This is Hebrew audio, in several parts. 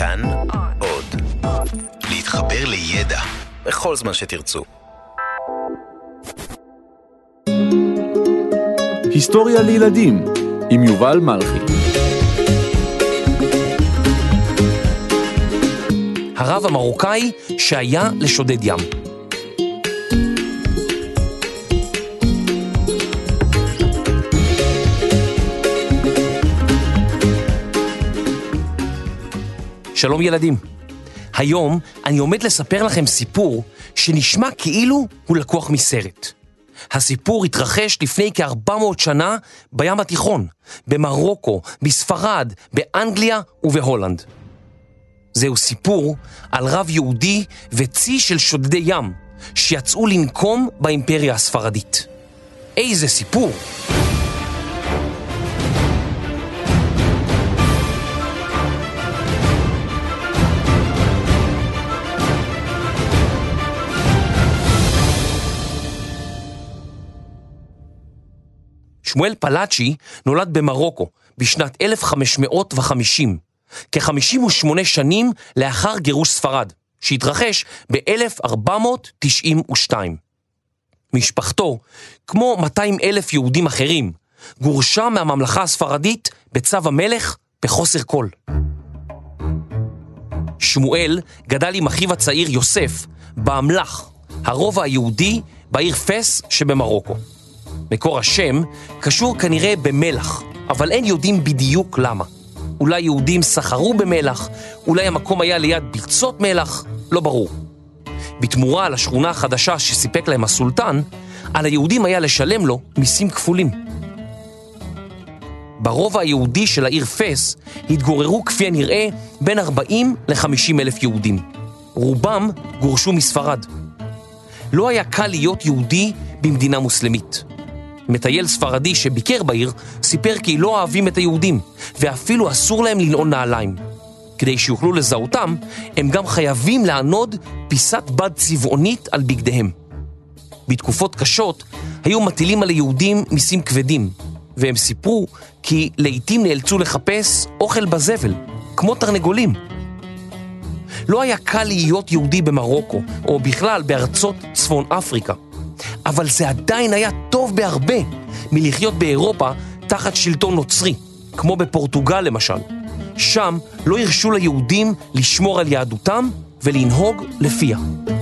כאן עוד. להתחבר לידע בכל זמן שתרצו. היסטוריה לילדים עם יובל מלכי. הרב המרוקאי שהיה לשודד ים. שלום ילדים. היום אני עומד לספר לכם סיפור שנשמע כאילו הוא לקוח מסרט. הסיפור התרחש לפני כ-400 שנה בים התיכון, במרוקו, בספרד, באנגליה ובהולנד. זהו סיפור על רב יהודי וצי של שודדי ים שיצאו לנקום באימפריה הספרדית. איזה סיפור! שמואל פלאצ'י נולד במרוקו בשנת 1550, כ-58 שנים לאחר גירוש ספרד, שהתרחש ב-1492. משפחתו, כמו 200,000 יהודים אחרים, גורשה מהממלכה הספרדית בצו המלך בחוסר כל. שמואל גדל עם אחיו הצעיר יוסף באמל"ח, הרובע היהודי בעיר פס שבמרוקו. מקור השם קשור כנראה במלח, אבל אין יודעים בדיוק למה. אולי יהודים סחרו במלח, אולי המקום היה ליד ביצות מלח, לא ברור. בתמורה על השכונה החדשה שסיפק להם הסולטן, על היהודים היה לשלם לו מיסים כפולים. ברובע היהודי של העיר פס התגוררו כפי הנראה בין 40 ל-50 אלף יהודים. רובם גורשו מספרד. לא היה קל להיות יהודי במדינה מוסלמית. מטייל ספרדי שביקר בעיר סיפר כי לא אוהבים את היהודים, ואפילו אסור להם לנעול נעליים. כדי שיוכלו לזהותם, הם גם חייבים לענוד פיסת בד צבעונית על בגדיהם. בתקופות קשות היו מטילים על היהודים מיסים כבדים, והם סיפרו כי לעתים נאלצו לחפש אוכל בזבל, כמו תרנגולים. לא היה קל להיות יהודי במרוקו, או בכלל בארצות צפון אפריקה. אבל זה עדיין היה טוב בהרבה מלחיות באירופה תחת שלטון נוצרי, כמו בפורטוגל למשל. שם לא הרשו ליהודים לשמור על יהדותם ולנהוג לפיה.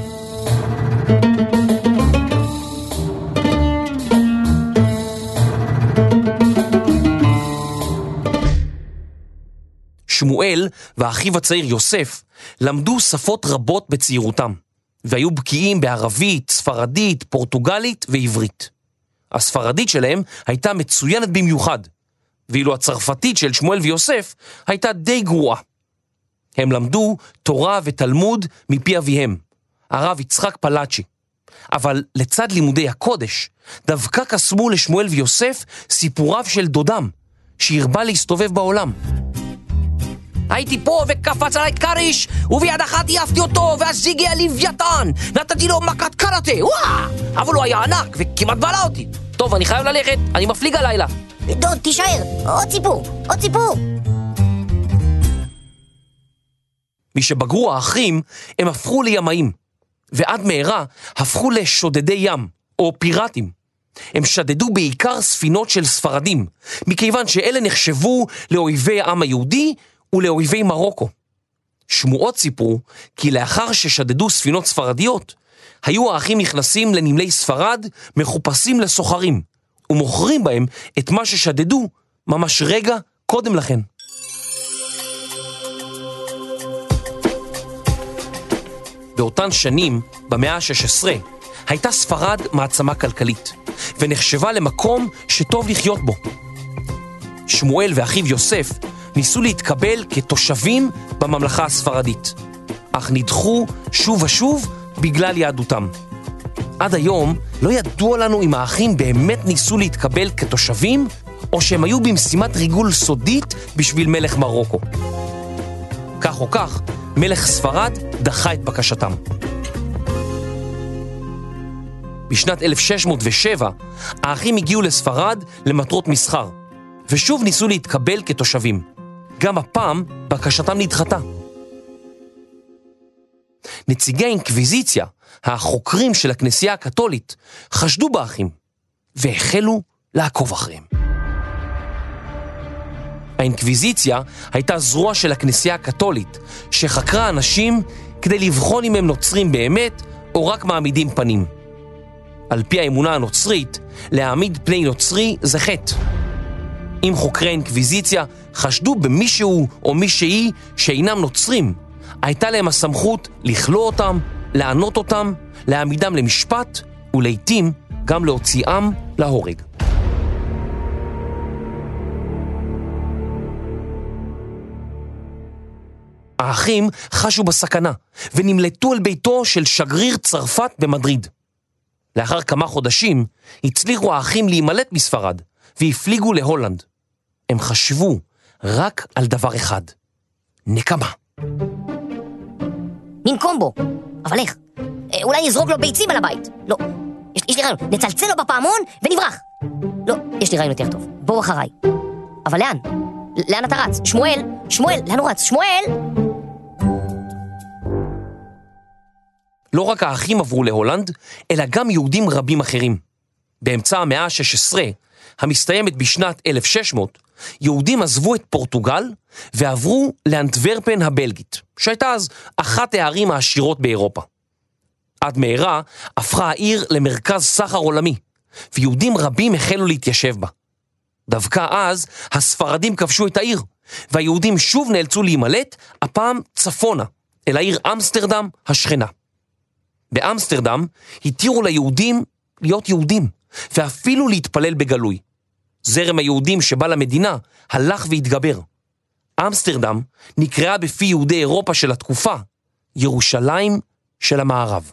שמואל ואחיו הצעיר יוסף למדו שפות רבות בצעירותם, והיו בקיאים בערבית, ספרדית, פורטוגלית ועברית. הספרדית שלהם הייתה מצוינת במיוחד, ואילו הצרפתית של שמואל ויוסף הייתה די גרועה. הם למדו תורה ותלמוד מפי אביהם, הרב יצחק פלאצ'י. אבל לצד לימודי הקודש, דווקא קסמו לשמואל ויוסף סיפוריו של דודם, שהרבה להסתובב בעולם. הייתי פה וקפץ עליי קריש, וביד אחת יפתי אותו, ואז הגיע לוויתן. נתתי לו מכת קראטה, אבל הוא היה ענק וכמעט בלע אותי. טוב, אני חייב ללכת, אני מפליג הלילה. דוד, תישאר, עוד סיפור. משבגרו האחים, הם הפכו לימאים, ועד מהרה הפכו לשודדי ים, או פיראטים. הם שדדו בעיקר ספינות של ספרדים, מכיוון שאלה נחשבו לאויבי העם היהודי, ולאויבי מרוקו. שמועות סיפרו כי לאחר ששדדו ספינות ספרדיות, היו האחים נכנסים לנמלי ספרד מחופשים לסוחרים, ומוכרים בהם את מה ששדדו ממש רגע קודם לכן. באותן שנים, במאה ה-16, הייתה ספרד מעצמה כלכלית, ונחשבה למקום שטוב לחיות בו. שמואל ואחיו יוסף ניסו להתקבל כתושבים בממלכה הספרדית, אך נדחו שוב ושוב בגלל יהדותם. עד היום לא ידוע לנו אם האחים באמת ניסו להתקבל כתושבים, או שהם היו במשימת ריגול סודית בשביל מלך מרוקו. כך או כך, מלך ספרד דחה את בקשתם. בשנת 1607, האחים הגיעו לספרד למטרות מסחר, ושוב ניסו להתקבל כתושבים. גם הפעם בקשתם נדחתה. נציגי האינקוויזיציה, החוקרים של הכנסייה הקתולית, חשדו באחים, והחלו לעקוב אחריהם. האינקוויזיציה הייתה זרוע של הכנסייה הקתולית, שחקרה אנשים כדי לבחון אם הם נוצרים באמת, או רק מעמידים פנים. על פי האמונה הנוצרית, להעמיד פני נוצרי זה חטא. אם חוקרי האינקוויזיציה חשדו במישהו או מישהי שאינם נוצרים, הייתה להם הסמכות לכלוא אותם, לענות אותם, להעמידם למשפט, ולעיתים גם להוציאם להורג. האחים חשו בסכנה, ונמלטו אל ביתו של שגריר צרפת במדריד. לאחר כמה חודשים, הצליחו האחים להימלט מספרד, והפליגו להולנד. הם חשבו רק על דבר אחד, נקמה. ננקום בו, אבל איך? אולי נזרוק לו ביצים על הבית. לא, יש לי רעיון, נצלצל לו בפעמון ונברח. לא, יש לי רעיון יותר טוב, בואו אחריי. אבל לאן? לאן אתה רץ? שמואל, לאן הוא רץ? שמואל! לא רק האחים עברו להולנד, אלא גם יהודים רבים אחרים. באמצע המאה ה-16, המסתיימת בשנת 1600, יהודים עזבו את פורטוגל ועברו לאנטוורפן הבלגית, שהייתה אז אחת הערים העשירות באירופה. עד מהרה הפכה העיר למרכז סחר עולמי, ויהודים רבים החלו להתיישב בה. דווקא אז הספרדים כבשו את העיר, והיהודים שוב נאלצו להימלט, הפעם צפונה, אל העיר אמסטרדם השכנה. באמסטרדם התירו ליהודים להיות יהודים, ואפילו להתפלל בגלוי. זרם היהודים שבא למדינה הלך והתגבר. אמסטרדם נקראה בפי יהודי אירופה של התקופה, ירושלים של המערב.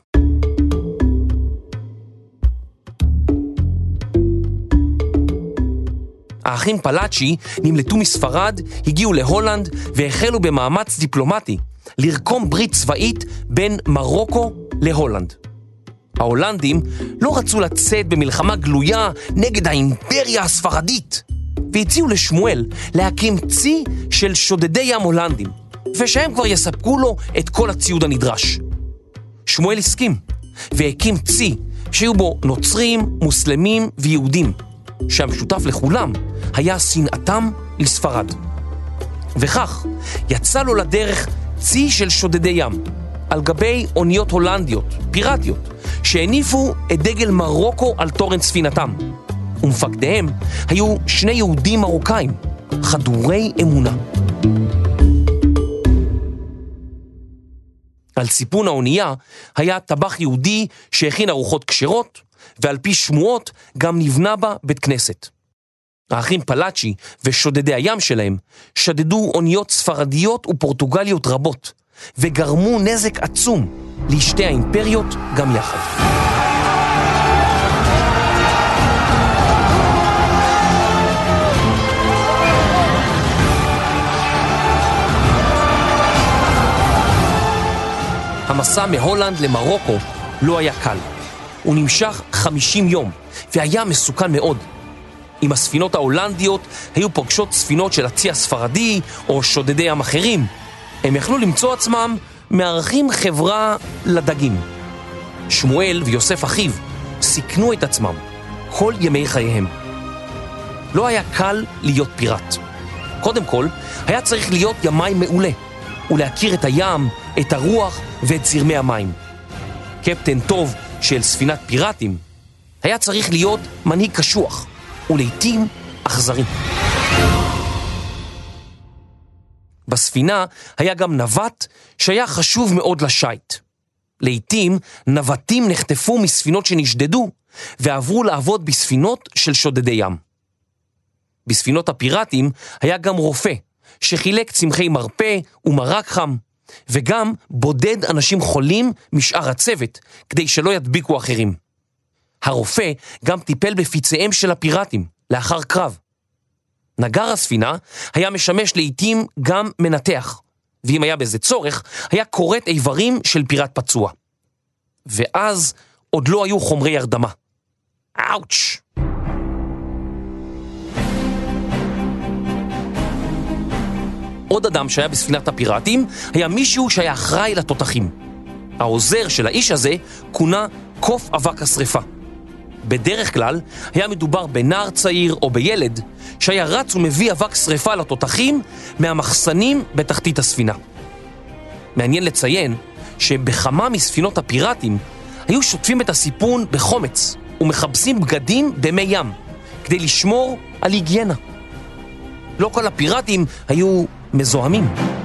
האחים פלאצ'י נמלטו מספרד, הגיעו להולנד והחלו במאמץ דיפלומטי לרקום ברית צבאית בין מרוקו להולנד. ההולנדים לא רצו לצאת במלחמה גלויה נגד האימפריה הספרדית, והציעו לשמואל להקים צי של שודדי ים הולנדים, ושהם כבר יספקו לו את כל הציוד הנדרש. שמואל הסכים, והקים צי שהיו בו נוצרים, מוסלמים ויהודים, שהמשותף לכולם היה שנאתם לספרד. וכך יצא לו לדרך צי של שודדי ים, על גבי אוניות הולנדיות, פיראטיות, שהניפו את דגל מרוקו על תורן ספינתם. ומפקדיהם היו שני יהודים מרוקאים, חדורי אמונה. על סיפון האונייה היה טבח יהודי שהכין ארוחות כשרות, ועל פי שמועות גם נבנה בה בית כנסת. האחים פלאצ'י ושודדי הים שלהם שדדו אוניות ספרדיות ופורטוגליות רבות, וגרמו נזק עצום לשתי האימפריות גם יחד. המסע מהולנד למרוקו לא היה קל. הוא נמשך 50 יום, והיה מסוכן מאוד. אם הספינות ההולנדיות היו פוגשות ספינות של הצי הספרדי או שודדי ים אחרים, הם יכלו למצוא עצמם מארחים חברה לדגים. שמואל ויוסף אחיו סיכנו את עצמם כל ימי חייהם. לא היה קל להיות פיראט. קודם כל, היה צריך להיות ימאי מעולה, ולהכיר את הים, את הרוח ואת זרמי המים. קפטן טוב של ספינת פיראטים היה צריך להיות מנהיג קשוח, ולעיתים אכזרי. בספינה היה גם נווט שהיה חשוב מאוד לשייט. לעיתים נווטים נחטפו מספינות שנשדדו ועברו לעבוד בספינות של שודדי ים. בספינות הפיראטים היה גם רופא שחילק צמחי מרפא ומרק חם, וגם בודד אנשים חולים משאר הצוות כדי שלא ידביקו אחרים. הרופא גם טיפל בפיציהם של הפיראטים לאחר קרב. נגר הספינה היה משמש לעתים גם מנתח, ואם היה בזה צורך, היה קורט איברים של פיראט פצוע. ואז עוד לא היו חומרי הרדמה. אאוץ'. עוד אדם שהיה בספינת הפיראטים היה מישהו שהיה אחראי לתותחים. העוזר של האיש הזה כונה קוף אבק השריפה. בדרך כלל היה מדובר בנער צעיר או בילד שהיה רץ ומביא אבק שריפה לתותחים מהמחסנים בתחתית הספינה. מעניין לציין שבכמה מספינות הפיראטים היו שוטפים את הסיפון בחומץ ומחבסים בגדים במי ים כדי לשמור על היגיינה. לא כל הפיראטים היו מזוהמים.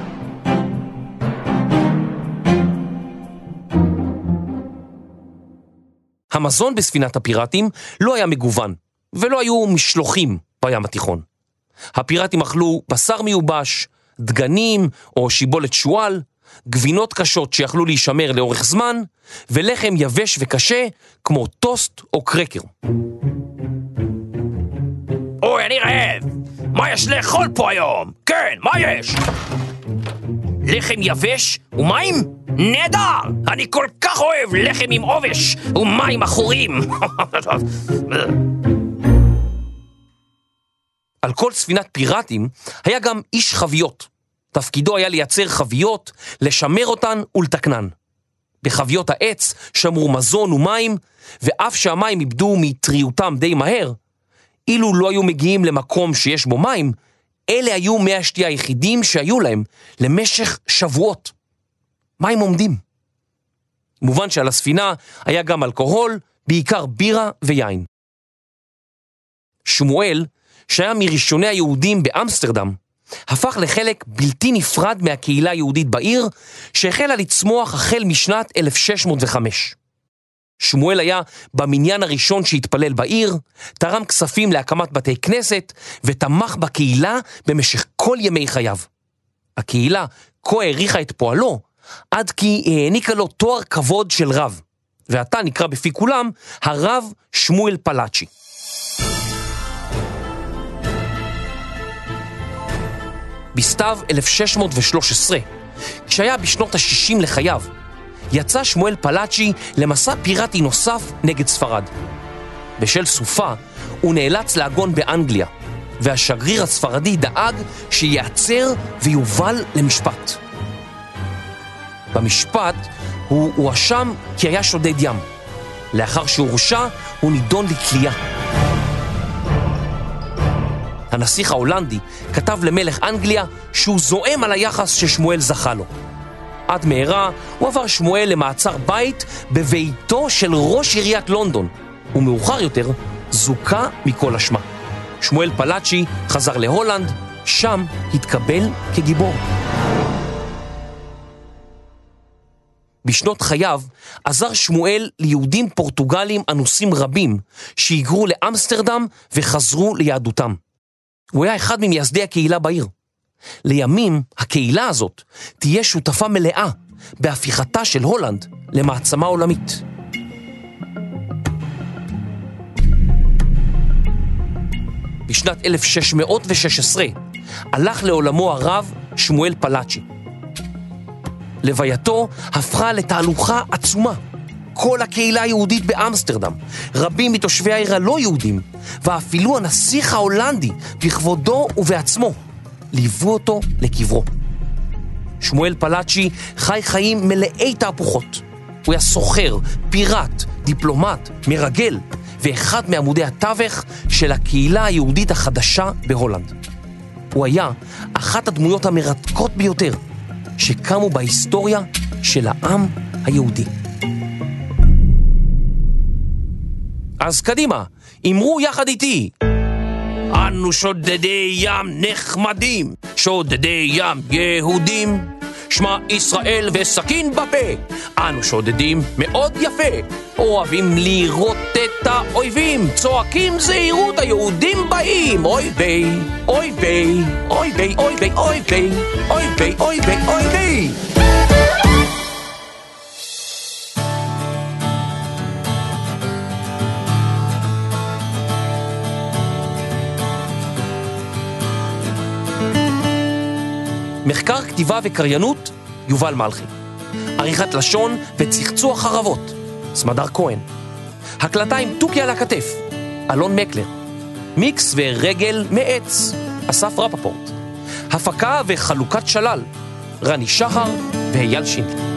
המזון בספינת הפיראטים לא היה מגוון, ולא היו משלוחים בים התיכון. הפיראטים אכלו בשר מיובש, דגנים או שיבולת שואל, גבינות קשות שיכלו להישמר לאורך זמן, ולחם יבש וקשה כמו טוסט או קרקר. אוי, אני רעב! מה יש לאכול פה היום? כן, מה יש? לחם יבש ומים? נהדר! אני כל כך אוהב לחם עם עובש ומים אחורים. על כל ספינת פיראטים היה גם איש חביות. תפקידו היה לייצר חביות, לשמר אותן ולתקנן. בחביות העץ שמרו מזון ומים, ואף שהמים איבדו מטריותם די מהר, אילו לא היו מגיעים למקום שיש בו מים, אלה היו מי השתייה היחידים שהיו להם למשך שבועות. מים עומדים. מובן שעל הספינה היה גם אלכוהול, בעיקר בירה ויין. שמואל, שהיה מראשוני היהודים באמסטרדם, הפך לחלק בלתי נפרד מהקהילה היהודית בעיר, שהחלה לצמוח החל משנת 1605. שמואל היה במניין הראשון שהתפלל בעיר, תרם כספים להקמת בתי כנסת, ותמך בקהילה במשך כל ימי חייו. הקהילה כה העריכה את פועלו, עד כי העניקה לו תואר כבוד של רב, ועתה נקרא בפי כולם הרב שמואל פלאצ'י. בסתיו 1613, כשהיה בשנות ה-60 לחייו, יצא שמואל פלאצ'י למסע פיראטי נוסף נגד ספרד. בשל סופה הוא נאלץ להגון באנגליה, והשגריר הספרדי דאג שיעצר ויובל למשפט. במשפט הוא הואשם כי היה שודד ים. לאחר שהורשע הוא נידון לכלייה. הנסיך ההולנדי כתב למלך אנגליה שהוא זועם על היחס ששמואל זכה לו. עד מהרה הוא עבר שמואל למעצר בית בביתו של ראש עיריית לונדון, ומאוחר יותר זוכה מכל אשמה. שמואל פלאצ'י חזר להולנד, שם התקבל כגיבור. בשנות חייו עזר שמואל ליהודים פורטוגלים אנוסים רבים שהיגרו לאמסטרדם וחזרו ליהדותם. הוא היה אחד ממייסדי הקהילה בעיר. לימים הקהילה הזאת תהיה שותפה מלאה בהפיכתה של הולנד למעצמה עולמית. בשנת 1616 הלך לעולמו הרב שמואל פלאצ'י. לווייתו הפכה לתהלוכה עצומה. כל הקהילה היהודית באמסטרדם, רבים מתושבי העיר הלא יהודים, ואפילו הנסיך ההולנדי בכבודו ובעצמו, ליוו אותו לקברו. שמואל פלאצ'י חי חיים מלאי תהפוכות. הוא היה סוחר, פיראט, דיפלומט, מרגל, ואחד מעמודי התווך של הקהילה היהודית החדשה בהולנד. הוא היה אחת הדמויות המרתקות ביותר שקמו בהיסטוריה של העם היהודי. אז קדימה, אמרו יחד איתי. אנו שודדי ים נחמדים, שודדי ים יהודים, שמע ישראל וסכין בפה, אנו שודדים מאוד יפה, אוהבים לראות את האויבים, צועקים זהירות היהודים באים, אוי ביי, אוי ביי, אוי ביי, אוי ביי, אוי ביי, אוי ביי, אוי ביי, אוי ביי. מחקר כתיבה וקריינות, יובל מלכי. עריכת לשון וצחצוח חרבות, סמדר כהן. הקלטה עם תוקי על הכתף, אלון מקלר. מיקס ורגל מעץ, אסף רפפורט. הפקה וחלוקת שלל, רני שחר ואייל שינדלר.